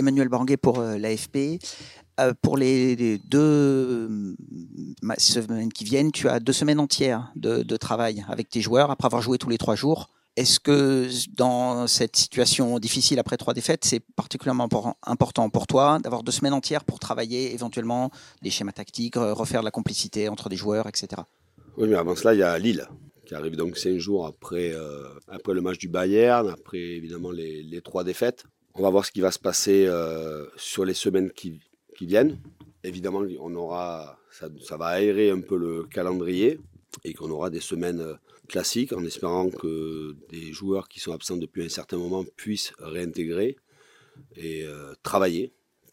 Emmanuel Banguet pour l'AFP. Pour les 2 semaines qui viennent, tu as 2 semaines entières de travail avec tes joueurs après avoir joué tous les 3 jours. Est-ce que dans cette situation difficile après 3 défaites, c'est particulièrement important pour toi d'avoir 2 semaines entières pour travailler éventuellement des schémas tactiques, refaire de la complicité entre des joueurs, etc. Oui, mais avant cela, il y a Lille qui arrive donc 5 jours après le match du Bayern, après évidemment les 3 défaites. On va voir ce qui va se passer sur les semaines qui viennent. Évidemment, ça va aérer un peu le calendrier et qu'on aura des semaines classiques en espérant que des joueurs qui sont absents depuis un certain moment puissent réintégrer et travailler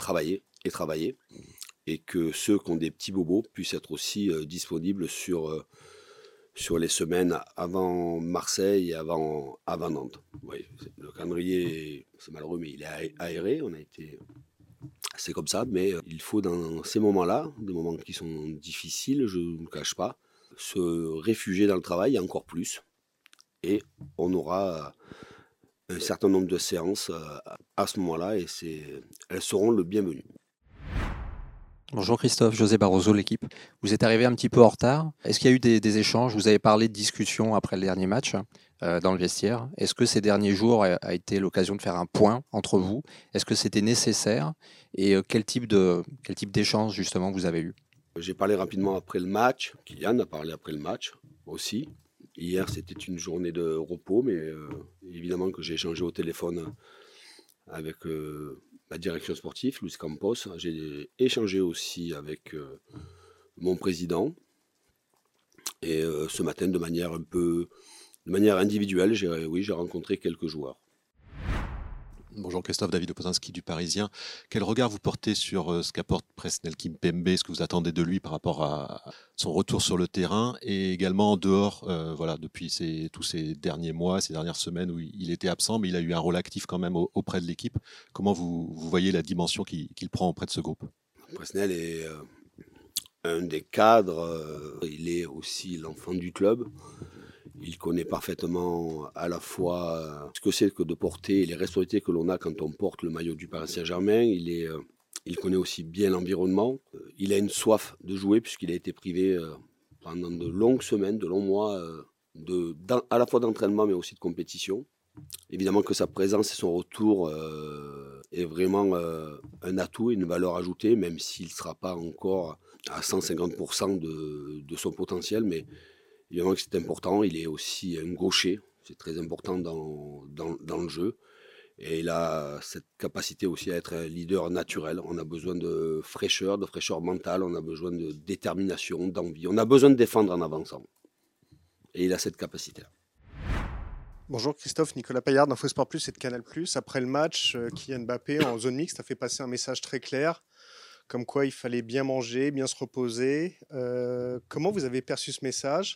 et que ceux qui ont des petits bobos puissent être aussi disponibles sur les semaines avant Marseille et avant Nantes. Oui, le calendrier, c'est malheureux, mais il est aéré. C'est comme ça, mais il faut dans ces moments-là, des moments qui sont difficiles, je ne le cache pas, se réfugier dans le travail encore plus. Et on aura un certain nombre de séances à ce moment-là et elles seront le bienvenu. Bonjour Christophe, José Barroso, l'équipe. Vous êtes arrivé un petit peu en retard. Est-ce qu'il y a eu des échanges? Vous avez parlé de discussions après le dernier match dans le vestiaire. Est-ce que ces derniers jours a été l'occasion de faire un point entre vous? Est-ce que c'était nécessaire? Et quel type d'échange justement vous avez eu? J'ai parlé rapidement après le match. Kylian a parlé après le match aussi. Hier, c'était une journée de repos, mais évidemment que j'ai échangé au téléphone avec la direction sportive, Luis Campos. J'ai échangé aussi avec mon président. Et ce matin, de manière individuelle, j'ai rencontré quelques joueurs. Bonjour Christophe, David Opozinski du Parisien. Quel regard vous portez sur ce qu'apporte Presnel Kimpembe? Est-ce que vous attendez de lui par rapport à son retour sur le terrain et également en dehors, depuis tous ces derniers mois, ces dernières semaines où il était absent, mais il a eu un rôle actif quand même auprès de l'équipe. Comment vous voyez la dimension qu'il prend auprès de ce groupe? Presnel est un des cadres, il est aussi l'enfant du club. Il connaît parfaitement à la fois ce que c'est que de porter les responsabilités que l'on a quand on porte le maillot du Paris Saint-Germain. Il connaît aussi bien l'environnement. Il a une soif de jouer puisqu'il a été privé pendant de longues semaines, de longs mois, à la fois d'entraînement mais aussi de compétition. Évidemment que sa présence et son retour est vraiment un atout et une valeur ajoutée, même s'il ne sera pas encore à 150% de son potentiel, mais évidemment que c'est important. Il est aussi un gaucher, c'est très important dans le jeu. Et il a cette capacité aussi à être un leader naturel. On a besoin de fraîcheur mentale, on a besoin de détermination, d'envie. On a besoin de défendre en avançant. Et il a cette capacité-là. Bonjour Christophe, Nicolas Paillard d'Infosport Plus et de Canal+. Après le match, Kylian Mbappé en zone mixte a fait passer un message très clair, comme quoi il fallait bien manger, bien se reposer. Comment vous avez perçu ce message?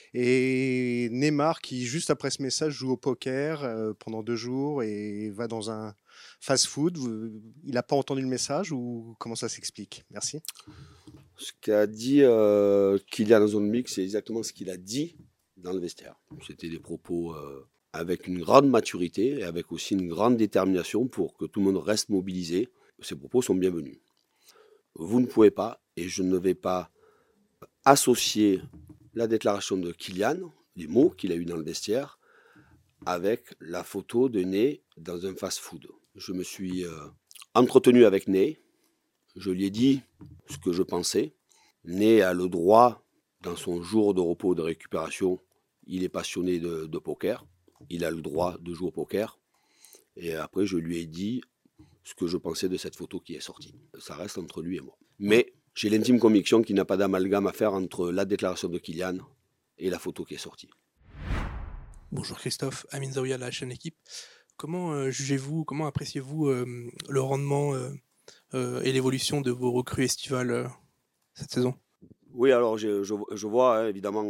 Et Neymar qui, juste après ce message, joue au poker pendant 2 jours et va dans un fast-food. Il n'a pas entendu le message ou comment ça s'explique? Merci. Ce qu'a dit Kylian en zone mixte, c'est exactement ce qu'il a dit dans le vestiaire. C'était des propos avec une grande maturité et avec aussi une grande détermination pour que tout le monde reste mobilisé. Ces propos sont bienvenus. Vous ne pouvez pas, et je ne vais pas associer la déclaration de Kylian, les mots qu'il a eu dans le vestiaire, avec la photo de Ney dans un fast-food. Je me suis entretenu avec Ney. Je lui ai dit ce que je pensais. Ney a le droit, dans son jour de repos, de récupération, il est passionné de poker. Il a le droit de jouer au poker. Et après, je lui ai dit ce que je pensais de cette photo qui est sortie. Ça reste entre lui et moi. Mais j'ai l'intime conviction qu'il n'y a pas d'amalgame à faire entre la déclaration de Kylian et la photo qui est sortie. Bonjour Christophe, Amin Zaouia, la chaîne Équipe. Comment jugez-vous, comment appréciez-vous le rendement et l'évolution de vos recrues estivales cette saison? Oui, alors je vois évidemment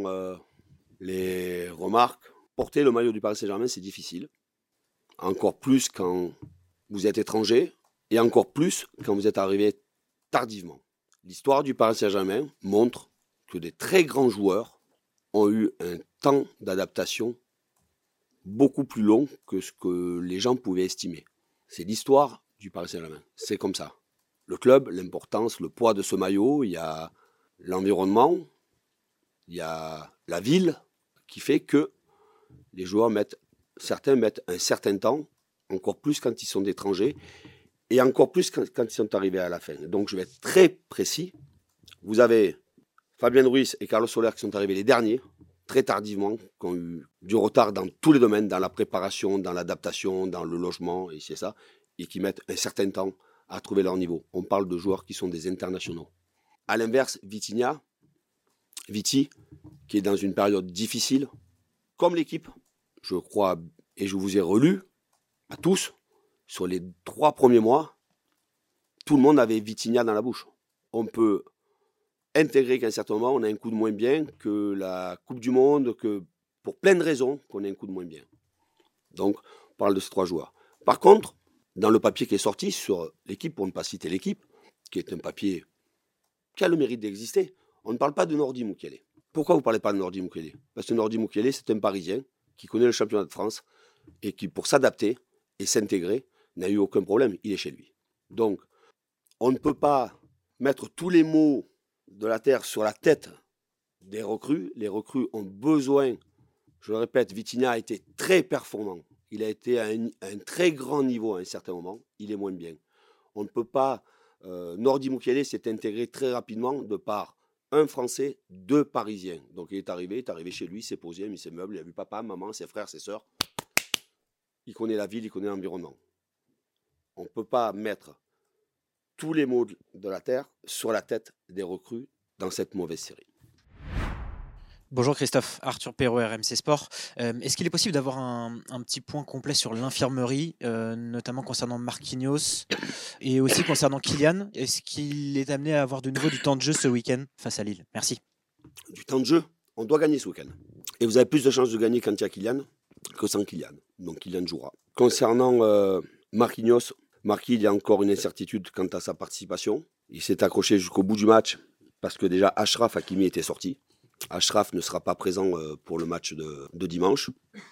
les remarques. Porter le maillot du Paris Saint-Germain, c'est difficile. Encore plus quand vous êtes étranger et encore plus quand vous êtes arrivé tardivement. L'histoire du Paris Saint-Germain montre que des très grands joueurs ont eu un temps d'adaptation beaucoup plus long que ce que les gens pouvaient estimer. C'est l'histoire du Paris Saint-Germain. C'est comme ça. Le club, l'importance, le poids de ce maillot, il y a l'environnement, il y a la ville qui fait que les joueurs certains mettent un certain temps, encore plus quand ils sont étrangers, et encore plus quand ils sont arrivés à la fin. Donc je vais être très précis. Vous avez Fabien Ruiz et Carlos Soler qui sont arrivés les derniers, très tardivement, qui ont eu du retard dans tous les domaines, dans la préparation, dans l'adaptation, dans le logement, et c'est ça, et qui mettent un certain temps à trouver leur niveau. On parle de joueurs qui sont des internationaux. À l'inverse, Viti, qui est dans une période difficile, comme l'équipe, je crois, et je vous ai relu, à tous, sur les 3 premiers mois, tout le monde avait Vitinha dans la bouche. On peut intégrer qu'à un certain moment, on a un coup de moins bien que la Coupe du Monde, que pour plein de raisons, qu'on a un coup de moins bien. Donc, on parle de ces 3 joueurs. Par contre, dans le papier qui est sorti sur l'équipe, pour ne pas citer l'équipe, qui est un papier qui a le mérite d'exister, on ne parle pas de Nordi Mukiele. Pourquoi vous ne parlez pas de Nordi Mukiele? Parce que Nordi Mukiele, c'est un Parisien qui connaît le championnat de France et qui, pour s'adapter et s'intégrer, n'a eu aucun problème. Il est chez lui. Donc, on ne peut pas mettre tous les maux de la terre sur la tête des recrues. Les recrues ont besoin, je le répète, Vitinha a été très performant. Il a été à un très grand niveau à un certain moment. Il est moins bien. On ne peut pas... Nordi Mukiele s'est intégré très rapidement de par un Français, 2 Parisiens. Donc il est arrivé chez lui, il s'est posé, il a mis ses meubles, il a vu papa, maman, ses frères, ses sœurs. Il connaît la ville, il connaît l'environnement. On ne peut pas mettre tous les maux de la terre sur la tête des recrues dans cette mauvaise série. Bonjour Christophe, Arthur Perrault, RMC Sport. Est-ce qu'il est possible d'avoir un petit point complet sur l'infirmerie, notamment concernant Marquinhos et aussi concernant Kylian? Est-ce qu'il est amené à avoir de nouveau du temps de jeu ce week-end face à Lille? Merci. Du temps de jeu, on doit gagner ce week-end. Et vous avez plus de chances de gagner quand il y a Kylian que sans Kylian. Donc Kylian jouera. Concernant Marquinhos, il y a encore une incertitude quant à sa participation. Il s'est accroché jusqu'au bout du match parce que déjà Achraf Hakimi était sorti. Achraf ne sera pas présent pour le match de dimanche.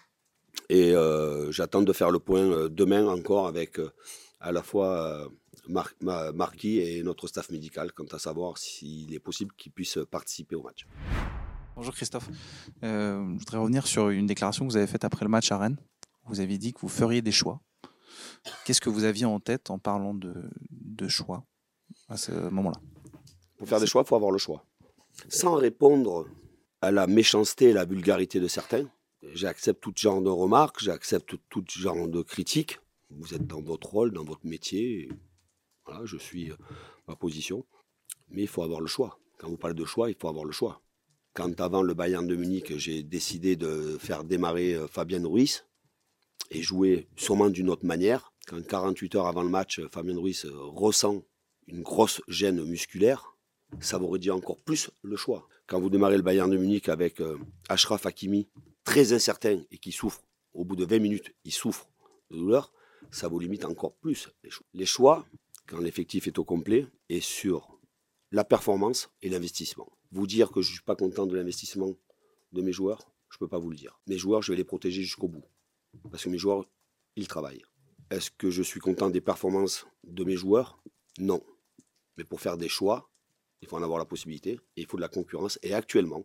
Et j'attends de faire le point demain encore avec à la fois Marquis et notre staff médical quant à savoir s'il est possible qu'il puisse participer au match. Bonjour Christophe. Je voudrais revenir sur une déclaration que vous avez faite après le match à Rennes. Vous avez dit que vous feriez des choix. Qu'est-ce que vous aviez en tête en parlant de choix à ce moment-là? Pour faire des choix, il faut avoir le choix. Sans répondre à la méchanceté et la vulgarité de certains, j'accepte tout genre de remarques, j'accepte tout genre de critiques. Vous êtes dans votre rôle, dans votre métier. Voilà, je suis ma position. Mais il faut avoir le choix. Quand vous parlez de choix, il faut avoir le choix. Quand avant le Bayern de Munich, j'ai décidé de faire démarrer Fabien Ruiz et jouer sûrement d'une autre manière, quand 48 heures avant le match, Fabien Ruiz ressent une grosse gêne musculaire, ça vous réduit encore plus le choix. Quand vous démarrez le Bayern de Munich avec Achraf Hakimi, très incertain et qui souffre, au bout de 20 minutes, il souffre de douleur, ça vous limite encore plus les choix. Les choix, quand l'effectif est au complet, est sur la performance et l'investissement. Vous dire que je ne suis pas content de l'investissement de mes joueurs, je ne peux pas vous le dire. Mes joueurs, je vais les protéger jusqu'au bout. Parce que mes joueurs, ils travaillent. Est-ce que je suis content des performances de mes joueurs? Non. Mais pour faire des choix, il faut en avoir la possibilité et il faut de la concurrence. Et actuellement,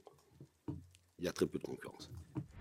il y a très peu de concurrence.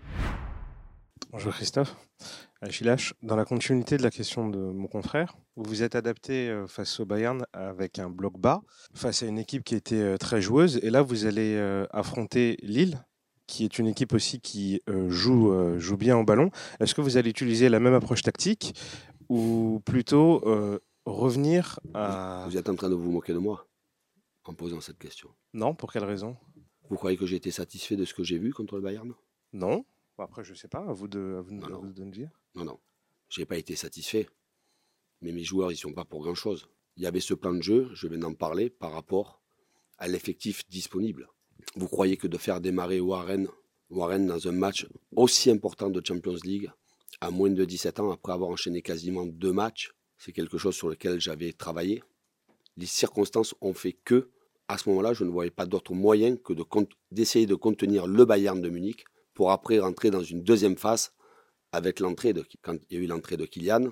Bonjour Christophe. Achille, dans la continuité de la question de mon confrère, vous vous êtes adapté face au Bayern avec un bloc bas, face à une équipe qui était très joueuse. Et là, vous allez affronter Lille, qui est une équipe aussi qui joue bien au ballon. Est-ce que vous allez utiliser la même approche tactique ou plutôt revenir à... Vous êtes en train de vous moquer de moi en posant cette question. Non, pour quelle raison? Vous croyez que j'ai été satisfait de ce que j'ai vu contre le Bayern? Non. Après, je ne sais pas, à vous de me dire. Non. Je n'ai pas été satisfait. Mais mes joueurs, ils ne sont pas pour grand-chose. Il y avait ce plan de jeu, je viens d'en parler, par rapport à l'effectif disponible. Vous croyez que de faire démarrer Warren dans un match aussi important de Champions League, à moins de 17 ans, après avoir enchaîné quasiment 2 matchs, c'est quelque chose sur lequel j'avais travaillé. Les circonstances ont fait que, à ce moment-là, je ne voyais pas d'autre moyen que d'essayer de contenir le Bayern de Munich pour après rentrer dans une deuxième phase avec quand il y a eu l'entrée de Kylian,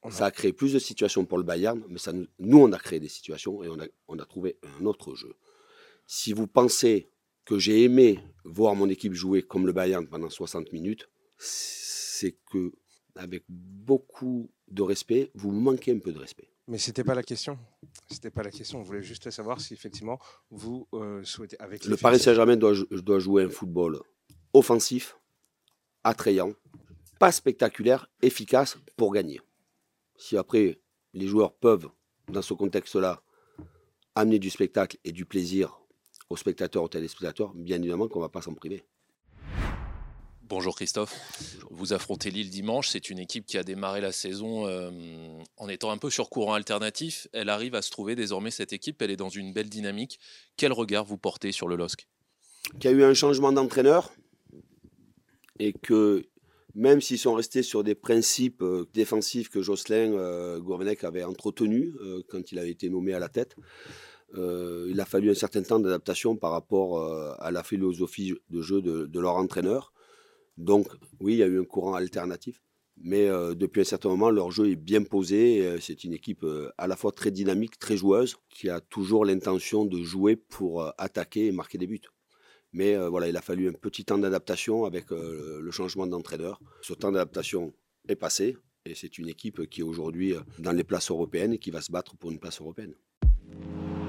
Ça a créé plus de situations pour le Bayern, mais nous, on a créé des situations et on a trouvé un autre jeu. Si vous pensez que j'ai aimé voir mon équipe jouer comme le Bayern pendant 60 minutes, c'est que, avec beaucoup de respect, vous manquez un peu de respect. Mais c'était pas la question. C'était pas la question. On voulait juste savoir si effectivement vous souhaitez avec le Paris Saint-Germain doit jouer un football offensif, attrayant, pas spectaculaire, efficace pour gagner. Si après les joueurs peuvent, dans ce contexte-là, amener du spectacle et du plaisir aux spectateurs, aux téléspectateurs, bien évidemment qu'on ne va pas s'en priver. Bonjour Christophe, vous affrontez Lille dimanche, c'est une équipe qui a démarré la saison en étant un peu sur courant alternatif. Elle arrive à se trouver désormais, cette équipe, elle est dans une belle dynamique. Quel regard vous portez sur le LOSC ? Qu'il y a eu un changement d'entraîneur et que même s'ils sont restés sur des principes défensifs que Jocelyn Gourvenec avait entretenus quand il avait été nommé à la tête, il a fallu un certain temps d'adaptation par rapport à la philosophie de jeu de leur entraîneur. Donc oui, il y a eu un courant alternatif, mais depuis un certain moment, leur jeu est bien posé. C'est une équipe à la fois très dynamique, très joueuse, qui a toujours l'intention de jouer pour attaquer et marquer des buts. Mais voilà, il a fallu un petit temps d'adaptation avec le changement d'entraîneur. Ce temps d'adaptation est passé et c'est une équipe qui est aujourd'hui dans les places européennes et qui va se battre pour une place européenne.